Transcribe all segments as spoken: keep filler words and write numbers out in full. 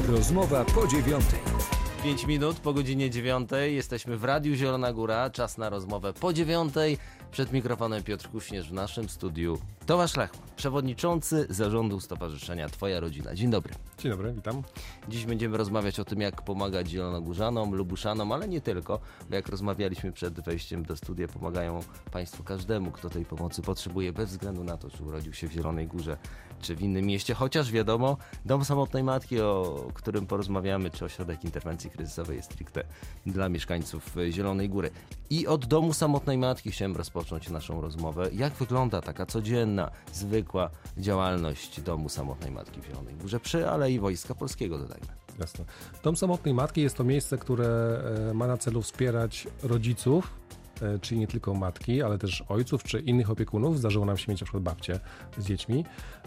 Rozmowa po dziewiątej. pięć minut po godzinie dziewiątej. Jesteśmy w Radiu Zielona Góra. Czas na rozmowę po dziewiątej. Przed mikrofonem Piotr Kuśnierz, w naszym studiu Tomasz Lechman, przewodniczący zarządu Stowarzyszenia Twoja Rodzina. Dzień dobry. Dzień dobry, witam. Dziś będziemy rozmawiać o tym, jak pomagać zielonogórzanom, lubuszanom, ale nie tylko, bo jak rozmawialiśmy przed wejściem do studia, pomagają Państwo każdemu, kto tej pomocy potrzebuje, bez względu na to, czy urodził się w Zielonej Górze, czy w innym mieście. Chociaż wiadomo, Dom Samotnej Matki, o którym porozmawiamy, czy Ośrodek Interwencji Kryzysowej jest stricte dla mieszkańców Zielonej Góry. I od Domu Samotnej Matki chciałem rozpocząć naszą rozmowę. Jak wygląda taka codzienna, zwykła działalność Domu Samotnej Matki w Zielonej Górze przy Alei Wojska Polskiego, dodajmy. Jasne. Dom Samotnej Matki jest to miejsce, które ma na celu wspierać rodziców, czyli nie tylko matki, ale też ojców czy innych opiekunów. Zdarzyło nam się mieć na przykład babcie z dziećmi.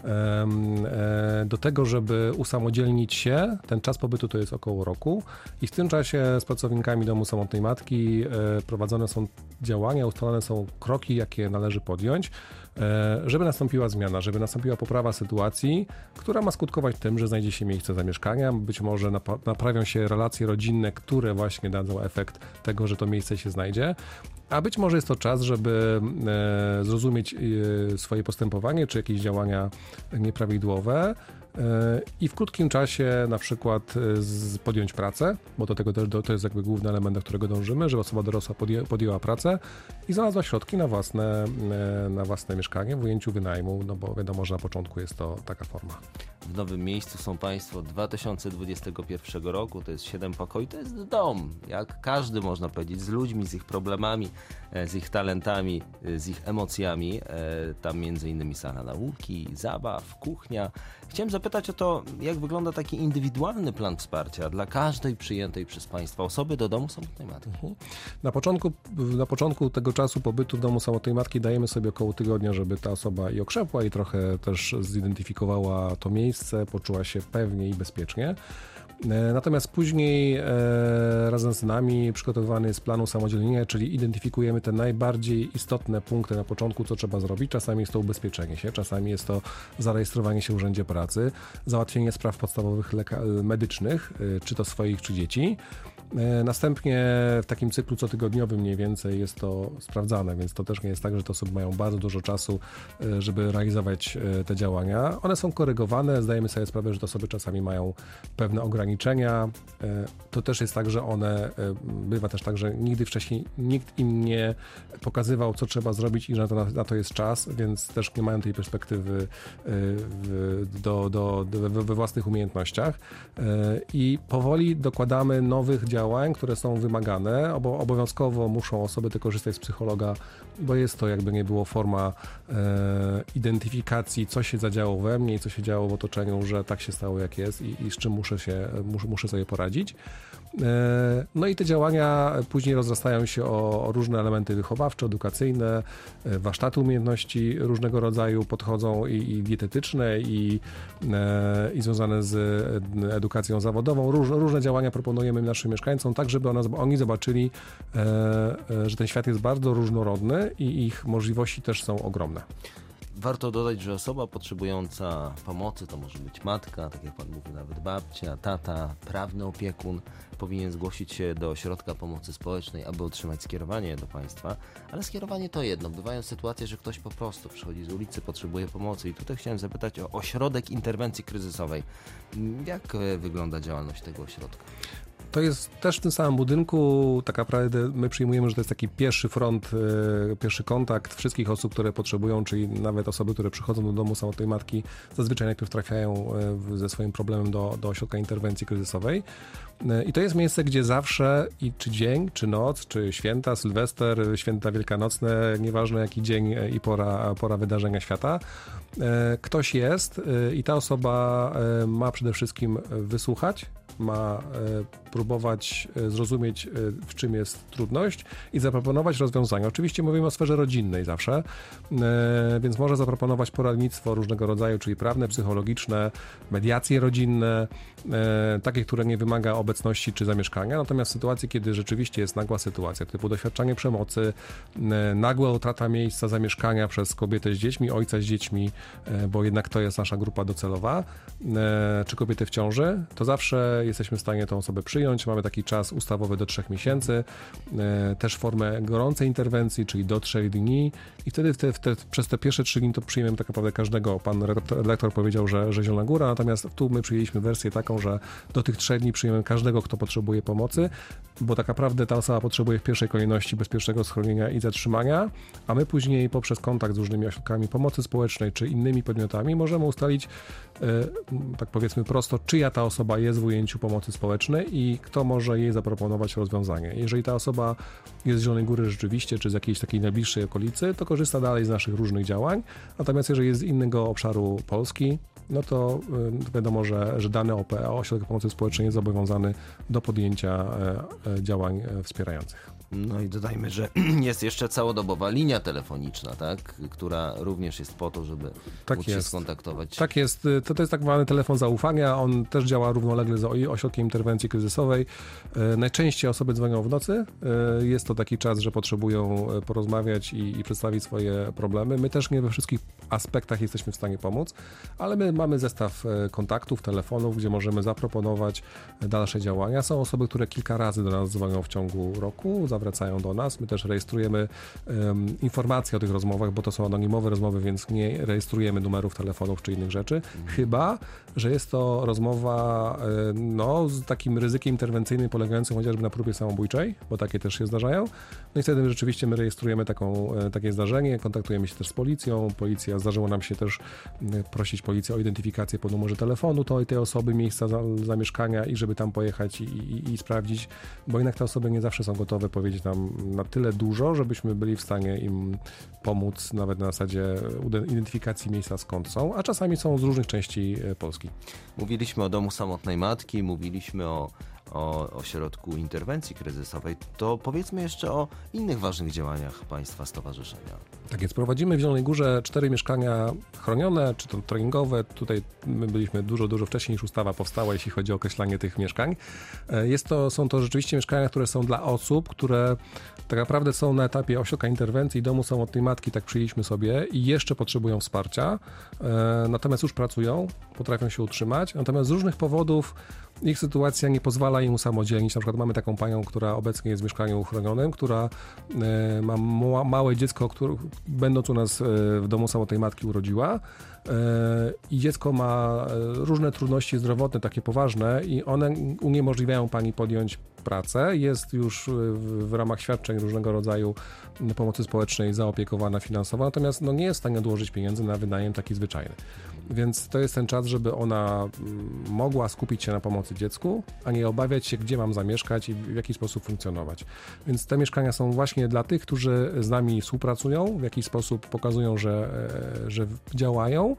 Do tego, żeby usamodzielnić się, ten czas pobytu to jest około roku i w tym czasie z pracownikami Domu Samotnej Matki prowadzone są działania, ustalone są kroki, jakie należy podjąć, żeby nastąpiła zmiana, żeby nastąpiła poprawa sytuacji, która ma skutkować tym, że znajdzie się miejsce zamieszkania, być może nap- naprawią się relacje rodzinne, które właśnie dadzą efekt tego, że to miejsce się znajdzie. A być może jest to czas, żeby e, zrozumieć e, swoje postępowanie, czy jakieś działania nieprawidłowe e, i w krótkim czasie na przykład e, z, podjąć pracę, bo do tego też do, to jest jakby główny element, do którego dążymy, żeby osoba dorosła podję, podjęła pracę i znalazła środki na własne, e, na własne mieszkanie w ujęciu wynajmu, no bo wiadomo, że na początku jest to taka forma. W nowym miejscu są Państwo dwa tysiące dwudziestego pierwszego roku, to jest siedem pokoi, to jest dom, jak każdy można powiedzieć, z ludźmi, z ich problemami, z ich talentami, z ich emocjami. Tam między innymi sala nauki, zabaw, kuchnia. Chciałem zapytać o to, jak wygląda taki indywidualny plan wsparcia dla każdej przyjętej przez Państwa osoby do Domu Samotnej Matki. Na początku, na początku tego czasu pobytu w Domu Samotnej Matki dajemy sobie około tygodnia, żeby ta osoba i okrzepła i trochę też zidentyfikowała to miejsce, poczuła się pewnie i bezpiecznie. Natomiast później e, razem z nami przygotowywany jest plan usamodzielnienia, czyli identyfikujemy te najbardziej istotne punkty na początku, co trzeba zrobić. Czasami jest to ubezpieczenie się, czasami jest to zarejestrowanie się w urzędzie pracy, załatwienie spraw podstawowych leka- medycznych, e, czy to swoich, czy dzieci. E, następnie w takim cyklu cotygodniowym mniej więcej jest to sprawdzane, więc to też nie jest tak, że te osoby mają bardzo dużo czasu, e, żeby realizować e, te działania. One są korygowane, zdajemy sobie sprawę, że te osoby czasami mają pewne ograniczenia. To też jest tak, że one, bywa też tak, że nigdy wcześniej nikt im nie pokazywał, co trzeba zrobić i że na to, na to jest czas, więc też nie mają tej perspektywy do, do, do, we własnych umiejętnościach. I powoli dokładamy nowych działań, które są wymagane. Obowiązkowo muszą osoby te korzystać z psychologa, bo jest to jakby nie było forma identyfikacji, co się zadziało we mnie i co się działo w otoczeniu, że tak się stało, jak jest i, i z czym muszę się, muszę, muszę sobie poradzić. No i te działania później rozrastają się o, o różne elementy wychowawcze, edukacyjne, warsztaty umiejętności różnego rodzaju podchodzą i, i dietetyczne i, i związane z edukacją zawodową. Róż, różne działania proponujemy naszym mieszkańcom, tak żeby one, oni zobaczyli, że ten świat jest bardzo różnorodny i ich możliwości też są ogromne. Warto dodać, że osoba potrzebująca pomocy, to może być matka, tak jak Pan mówi, nawet babcia, tata, prawny opiekun, powinien zgłosić się do Ośrodka Pomocy Społecznej, aby otrzymać skierowanie do Państwa, ale skierowanie to jedno. Bywają sytuacje, że ktoś po prostu przychodzi z ulicy, potrzebuje pomocy i tutaj chciałem zapytać o Ośrodek Interwencji Kryzysowej. Jak wygląda działalność tego ośrodka? To jest też w tym samym budynku, tak naprawdę my przyjmujemy, że to jest taki pierwszy front, pierwszy kontakt wszystkich osób, które potrzebują, czyli nawet osoby, które przychodzą do Domu Samotnej Matki, zazwyczaj najpierw trafiają ze swoim problemem do, do Ośrodka Interwencji Kryzysowej. I to jest miejsce, gdzie zawsze, i czy dzień, czy noc, czy święta, Sylwester, święta wielkanocne, nieważne jaki dzień i pora, pora wydarzenia świata, ktoś jest i ta osoba ma przede wszystkim wysłuchać, ma spróbować zrozumieć, w czym jest trudność i zaproponować rozwiązania. Oczywiście mówimy o sferze rodzinnej zawsze, więc może zaproponować poradnictwo różnego rodzaju, czyli prawne, psychologiczne, mediacje rodzinne, takie, które nie wymaga obecności czy zamieszkania. Natomiast w sytuacji, kiedy rzeczywiście jest nagła sytuacja, typu doświadczanie przemocy, nagła utrata miejsca zamieszkania przez kobietę z dziećmi, ojca z dziećmi, bo jednak to jest nasza grupa docelowa, czy kobiety w ciąży, to zawsze jesteśmy w stanie tą osobę przyjąć. Mamy taki czas ustawowy do trzech miesięcy, też formę gorącej interwencji, czyli do trzech dni i wtedy te, te, przez te pierwsze trzy dni to przyjmiemy tak naprawdę każdego. Pan redaktor powiedział, że, że Zielona Góra, natomiast tu my przyjęliśmy wersję taką, że do tych trzech dni przyjmiemy każdego, kto potrzebuje pomocy, bo tak naprawdę ta osoba potrzebuje w pierwszej kolejności bezpiecznego schronienia i zatrzymania, a my później poprzez kontakt z różnymi ośrodkami pomocy społecznej czy innymi podmiotami możemy ustalić, tak powiedzmy prosto, czyja ta osoba jest w ujęciu pomocy społecznej i kto może jej zaproponować rozwiązanie. Jeżeli ta osoba jest z Zielonej Góry rzeczywiście, czy z jakiejś takiej najbliższej okolicy, to korzysta dalej z naszych różnych działań, natomiast jeżeli jest z innego obszaru Polski, no to wiadomo, że, że dany O P, Ośrodek Pomocy Społecznej jest zobowiązany do podjęcia działań wspierających. No i dodajmy, że jest jeszcze całodobowa linia telefoniczna, tak, która również jest po to, żeby tak móc jest. się skontaktować. Tak jest. To, to jest tak zwany telefon zaufania. On też działa równolegle z Ośrodkiem Interwencji Kryzysowej. Najczęściej osoby dzwonią w nocy. Jest to taki czas, że potrzebują porozmawiać i, i przedstawić swoje problemy. My też nie we wszystkich aspektach jesteśmy w stanie pomóc, ale my mamy zestaw kontaktów, telefonów, gdzie możemy zaproponować dalsze działania. Są osoby, które kilka razy do nas dzwonią w ciągu roku, zawracają do nas. My też rejestrujemy um, informacje o tych rozmowach, bo to są anonimowe rozmowy, więc nie rejestrujemy numerów telefonów czy innych rzeczy. Mhm. Chyba że jest to rozmowa no, z takim ryzykiem interwencyjnym polegającym chociażby na próbie samobójczej, bo takie też się zdarzają. No i wtedy rzeczywiście my rejestrujemy taką, takie zdarzenie, kontaktujemy się też z policją. Policja, zdarzyło nam się też prosić policję o identyfikację po numerze telefonu to i tej osoby, miejsca zamieszkania i żeby tam pojechać i, i, i sprawdzić, bo jednak te osoby nie zawsze są gotowe powiedzieć nam na tyle dużo, żebyśmy byli w stanie im pomóc nawet na zasadzie identyfikacji miejsca, skąd są, a czasami są z różnych części Polski. Mówiliśmy o Domu Samotnej Matki, mówiliśmy o, o ośrodku interwencji kryzysowej. To powiedzmy jeszcze o innych ważnych działaniach Państwa Stowarzyszenia. Tak jest, prowadzimy w Zielonej Górze cztery mieszkania chronione, czy to treningowe. Tutaj my byliśmy dużo, dużo wcześniej niż ustawa powstała, jeśli chodzi o określanie tych mieszkań. Jest to, są to rzeczywiście mieszkania, które są dla osób, które tak naprawdę są na etapie ośrodka interwencji Domu Samotnej Matki, tak przyjęliśmy sobie i jeszcze potrzebują wsparcia, natomiast już pracują, potrafią się utrzymać, natomiast z różnych powodów ich sytuacja nie pozwala im usamodzielnić. Na przykład mamy taką panią, która obecnie jest w mieszkaniu chronionym, która e, ma ma małe dziecko, które będąc u nas w Domu Samotnej Matki urodziła e, i dziecko ma różne trudności zdrowotne, takie poważne i one uniemożliwiają pani podjąć pracę. Jest już w, w ramach świadczeń różnego rodzaju pomocy społecznej zaopiekowana finansowo, natomiast no, nie jest w stanie odłożyć pieniędzy na wynajem taki zwyczajny. Więc to jest ten czas, żeby ona mogła skupić się na pomocy dziecku, a nie obawiać się, gdzie mam zamieszkać i w jaki sposób funkcjonować. Więc te mieszkania są właśnie dla tych, którzy z nami współpracują, w jakiś sposób pokazują, że, że działają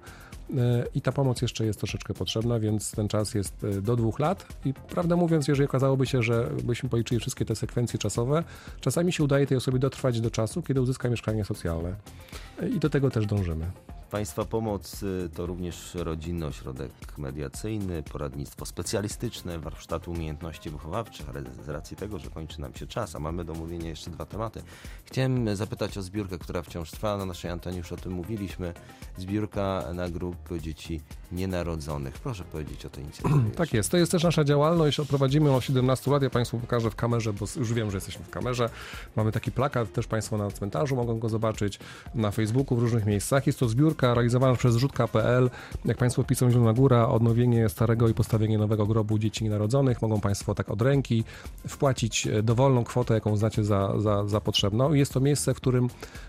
i ta pomoc jeszcze jest troszeczkę potrzebna, więc ten czas jest do dwóch lat i prawdę mówiąc, jeżeli okazałoby się, że byśmy policzyli wszystkie te sekwencje czasowe, czasami się udaje tej osobie dotrwać do czasu, kiedy uzyska mieszkanie socjalne i do tego też dążymy. Państwa pomoc to również rodzinny ośrodek mediacyjny, poradnictwo specjalistyczne, warsztaty umiejętności wychowawczych, ale z racji tego, że kończy nam się czas, a mamy do omówienia jeszcze dwa tematy. Chciałem zapytać o zbiórkę, która wciąż trwa. Na naszej antenie już o tym mówiliśmy. Zbiórka na grób dzieci nienarodzonych. Proszę powiedzieć o tej inicjatywie. Tak jest. To jest też nasza działalność. Prowadzimy od siedemnastu lat. Ja Państwu pokażę w kamerze, bo już wiem, że jesteśmy w kamerze. Mamy taki plakat, też Państwo na cmentarzu mogą go zobaczyć, na Facebooku, w różnych miejscach. Jest to zbiórka realizowana przez zrzutka kropka pe el. Jak Państwo wpisują Zielona Góra, odnowienie starego i postawienie nowego grobu dzieci nienarodzonych, mogą Państwo tak od ręki wpłacić dowolną kwotę, jaką uznacie za, za, za potrzebną. Jest to miejsce, w którym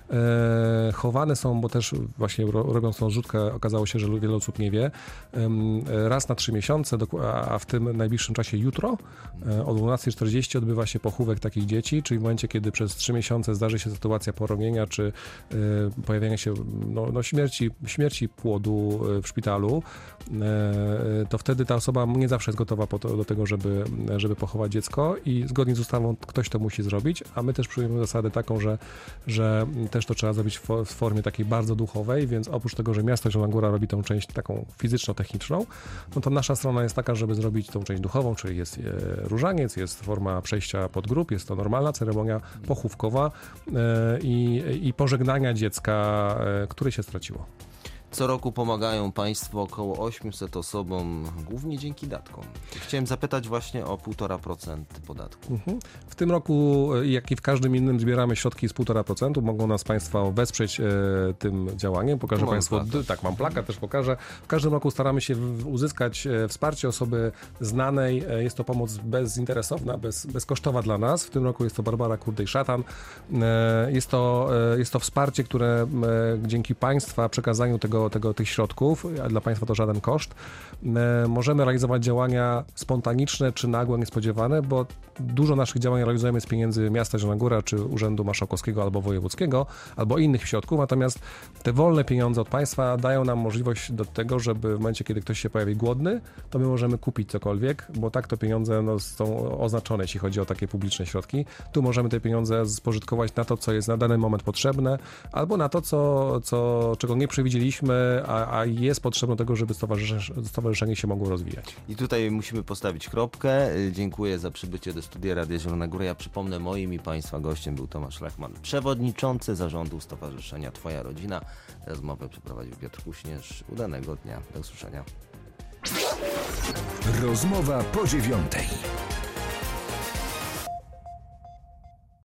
e, chowane są, bo też właśnie robiąc tą zrzutkę okazało się, że wiele osób nie wie, e, raz na trzy miesiące, a w tym najbliższym czasie jutro e, o dwunasta czterdzieści odbywa się pochówek takich dzieci, czyli w momencie, kiedy przez trzy miesiące zdarzy się sytuacja poronienia, czy e, pojawienia się no, no śmierć śmierci, śmierci płodu w szpitalu, to wtedy ta osoba nie zawsze jest gotowa po to, do tego, żeby, żeby pochować dziecko i zgodnie z ustawą ktoś to musi zrobić, a my też przyjmujemy zasadę taką, że, że też to trzeba zrobić w formie takiej bardzo duchowej, więc oprócz tego, że miasto Zielona Góra robi tą część taką fizyczno-techniczną, no to nasza strona jest taka, żeby zrobić tą część duchową, czyli jest różaniec, jest forma przejścia pod grób, jest to normalna ceremonia pochówkowa i, i pożegnania dziecka, które się straciło. Co roku pomagają Państwo około osiemset osobom, głównie dzięki datkom. Chciałem zapytać właśnie o półtora procent podatku. Mhm. W tym roku, jak i w każdym innym, zbieramy środki z półtora procent. Mogą nas Państwo wesprzeć e, tym działaniem. Pokażę Mam Państwu, plakat. tak, mam plakat, też pokażę. W każdym roku staramy się w, uzyskać e, wsparcie osoby znanej. E, jest to pomoc bezinteresowna, bez, bezkosztowa dla nas. W tym roku jest to Barbara Kurdej-Szatan. E, jest, to, e, jest to wsparcie, które e, dzięki Państwa przekazaniu tego Tego, tych środków, a dla Państwa to żaden koszt. E, możemy realizować działania spontaniczne czy nagłe, niespodziewane, bo dużo naszych działań realizujemy z pieniędzy Miasta Zielona Góra, czy Urzędu Marszałkowskiego albo Wojewódzkiego, albo innych środków, natomiast te wolne pieniądze od Państwa dają nam możliwość do tego, żeby w momencie, kiedy ktoś się pojawi głodny, to my możemy kupić cokolwiek, bo tak to pieniądze no, są oznaczone, jeśli chodzi o takie publiczne środki. Tu możemy te pieniądze spożytkować na to, co jest na dany moment potrzebne, albo na to, co, co, czego nie przewidzieliśmy, A, a jest potrzebne do tego, żeby stowarzyszenie, stowarzyszenie się mogło rozwijać. I tutaj musimy postawić kropkę. Dziękuję za przybycie do studia Radia Zielona Góra. Ja przypomnę, moim i Państwa gościem był Tomasz Lechman, przewodniczący zarządu Stowarzyszenia Twoja Rodzina. Rozmowę przeprowadził Piotr Kuśnierz. Udanego dnia. Do usłyszenia. Rozmowa po dziewiątej.